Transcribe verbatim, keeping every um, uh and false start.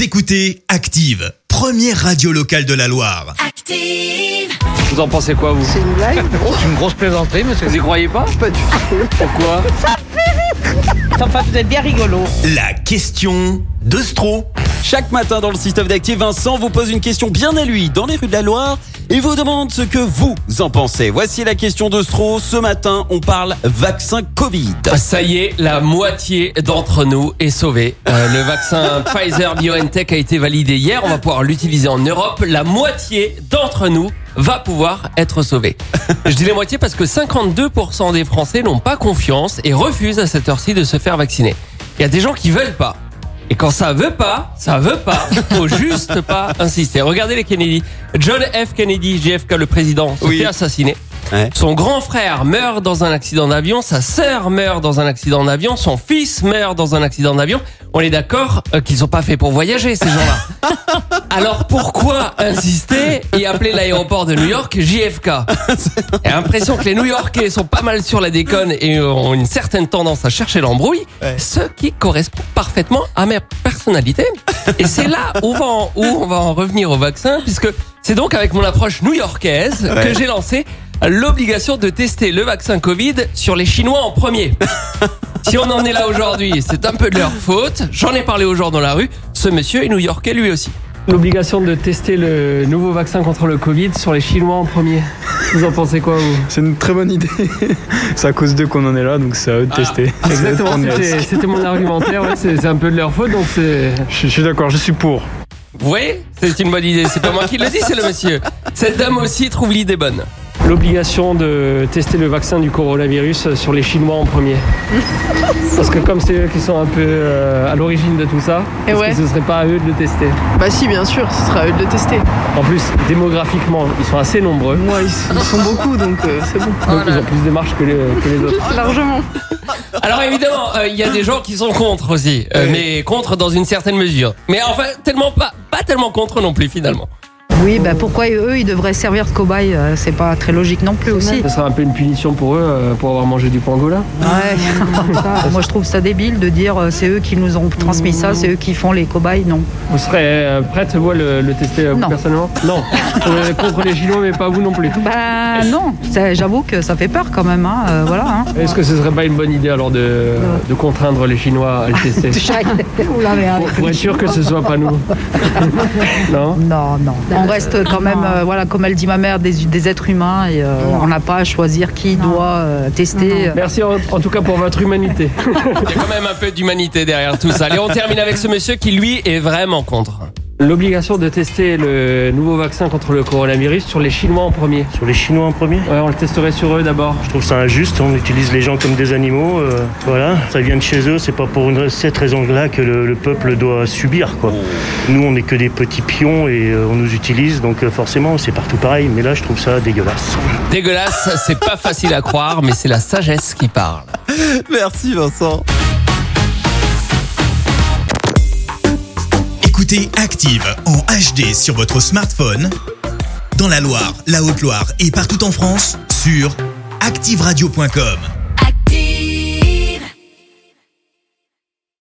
Vous écoutez Active, première radio locale de la Loire. Active! Vous en pensez quoi, vous? C'est une blague? C'est une grosse plaisanterie, monsieur. Vous y croyez pas? Pas du tout. Pourquoi? Enfin, vous êtes bien rigolo. La question de Stro. Chaque matin dans le système d'Active, Vincent vous pose une question bien à lui dans les rues de la Loire et vous demande ce que vous en pensez. Voici la question de Stro. Ce matin, on parle vaccin Covid. Ça y est, la moitié d'entre nous est sauvée. Euh, le vaccin Pfizer-BioNTech a été validé hier. On va pouvoir l'utiliser en Europe. La moitié d'entre nous va pouvoir être sauvé. Je dis la moitié parce que cinquante-deux pour cent des Français n'ont pas confiance et refusent à cette heure-ci de se faire vacciner. Il y a des gens qui veulent pas. Et quand ça veut pas, ça veut pas. Faut juste pas insister. Regardez les Kennedy. John F. Kennedy, J F K, le président, se Oui. fait assassiner. Ouais. Son grand frère meurt dans un accident d'avion, sa sœur meurt dans un accident d'avion, son fils meurt dans un accident d'avion. On est d'accord euh, qu'ils sont pas faits pour voyager, ces gens-là. Alors pourquoi insister et appeler l'aéroport de New York J F K? J'ai l'impression que les New-Yorkais sont pas mal sur la déconne et ont une certaine tendance à chercher l'embrouille, Ouais. ce qui correspond parfaitement à ma personnalité. Et c'est là où, va en- où on va en revenir au vaccin, puisque c'est donc avec mon approche new-yorkaise Ouais. que j'ai lancé l'obligation de tester le vaccin Covid sur les Chinois en premier. Si on en est là aujourd'hui, c'est un peu de leur faute. J'en ai parlé aux gens dans la rue. Ce monsieur est new-yorkais lui aussi. L'obligation de tester le nouveau vaccin contre le Covid sur les Chinois en premier. Vous en pensez quoi, vous? C'est une très bonne idée. C'est à cause d'eux qu'on en est là, donc c'est à eux de tester. C'est à eux de Exactement, prendre les c'était, risques. c'était mon argumentaire, ouais, c'est, c'est un peu de leur faute, donc c'est... Je, je suis d'accord, je suis pour. Vous voyez, c'est une bonne idée. C'est pas moi qui le dis, c'est le monsieur. Cette dame aussi trouve l'idée bonne. L'obligation de tester le vaccin du coronavirus sur les Chinois en premier. Parce que comme c'est eux qui sont un peu euh, à l'origine de tout ça, Et est-ce ouais. que ce serait pas à eux de le tester? Bah si, bien sûr, ce sera à eux de le tester. En plus, démographiquement, ils sont assez nombreux, Moi, ils, ils sont beaucoup, donc euh, c'est bon. donc ils ont plus de marche que les, que les autres. Largement. Alors évidemment, euh, il y a des gens qui sont contre aussi, euh, mais contre dans une certaine mesure. Mais enfin, tellement pas, pas tellement contre non plus finalement. Oui, bah pourquoi eux, ils devraient servir de cobayes, euh, c'est pas très logique non plus aussi. Ce serait un peu une punition pour eux, euh, pour avoir mangé du pangolin. Ouais, ça, moi je trouve ça débile de dire euh, c'est eux qui nous ont transmis ça, c'est eux qui font les cobayes, non. Vous serez euh, prête, vous, à le, le tester euh, vous, Non. personnellement? Non. Euh, contre les Chinois, mais pas vous non plus. Bah non, ça, j'avoue que ça fait peur quand même, hein, euh, voilà. Hein. Est-ce que ce serait pas une bonne idée alors de, de contraindre les Chinois à le tester? Oula, mais, pour, pour être sûr que ce soit pas nous. Non? Non, non. On reste quand même, euh, voilà, comme elle dit ma mère, des, des êtres humains et euh, on n'a pas à choisir qui doit euh, tester. Merci en, en tout cas pour votre humanité. Il y a quand même un peu d'humanité derrière tout ça. Allez, on termine avec ce monsieur qui lui est vraiment contre. L'obligation de tester le nouveau vaccin contre le coronavirus sur les Chinois en premier. Sur les Chinois en premier? Ouais, on le testerait sur eux d'abord. Je trouve ça injuste, on utilise les gens comme des animaux. euh, voilà, ça vient de chez eux, c'est pas pour une, cette raison-là que le, le peuple doit subir, quoi. Nous, on n'est que des petits pions et euh, on nous utilise, donc euh, forcément, c'est partout pareil. Mais là, je trouve ça dégueulasse. Dégueulasse, c'est pas facile à croire, mais c'est la sagesse qui parle. Merci Vincent. Écoutez Active en H D sur votre smartphone, dans la Loire, la Haute-Loire et partout en France, sur active radio point com.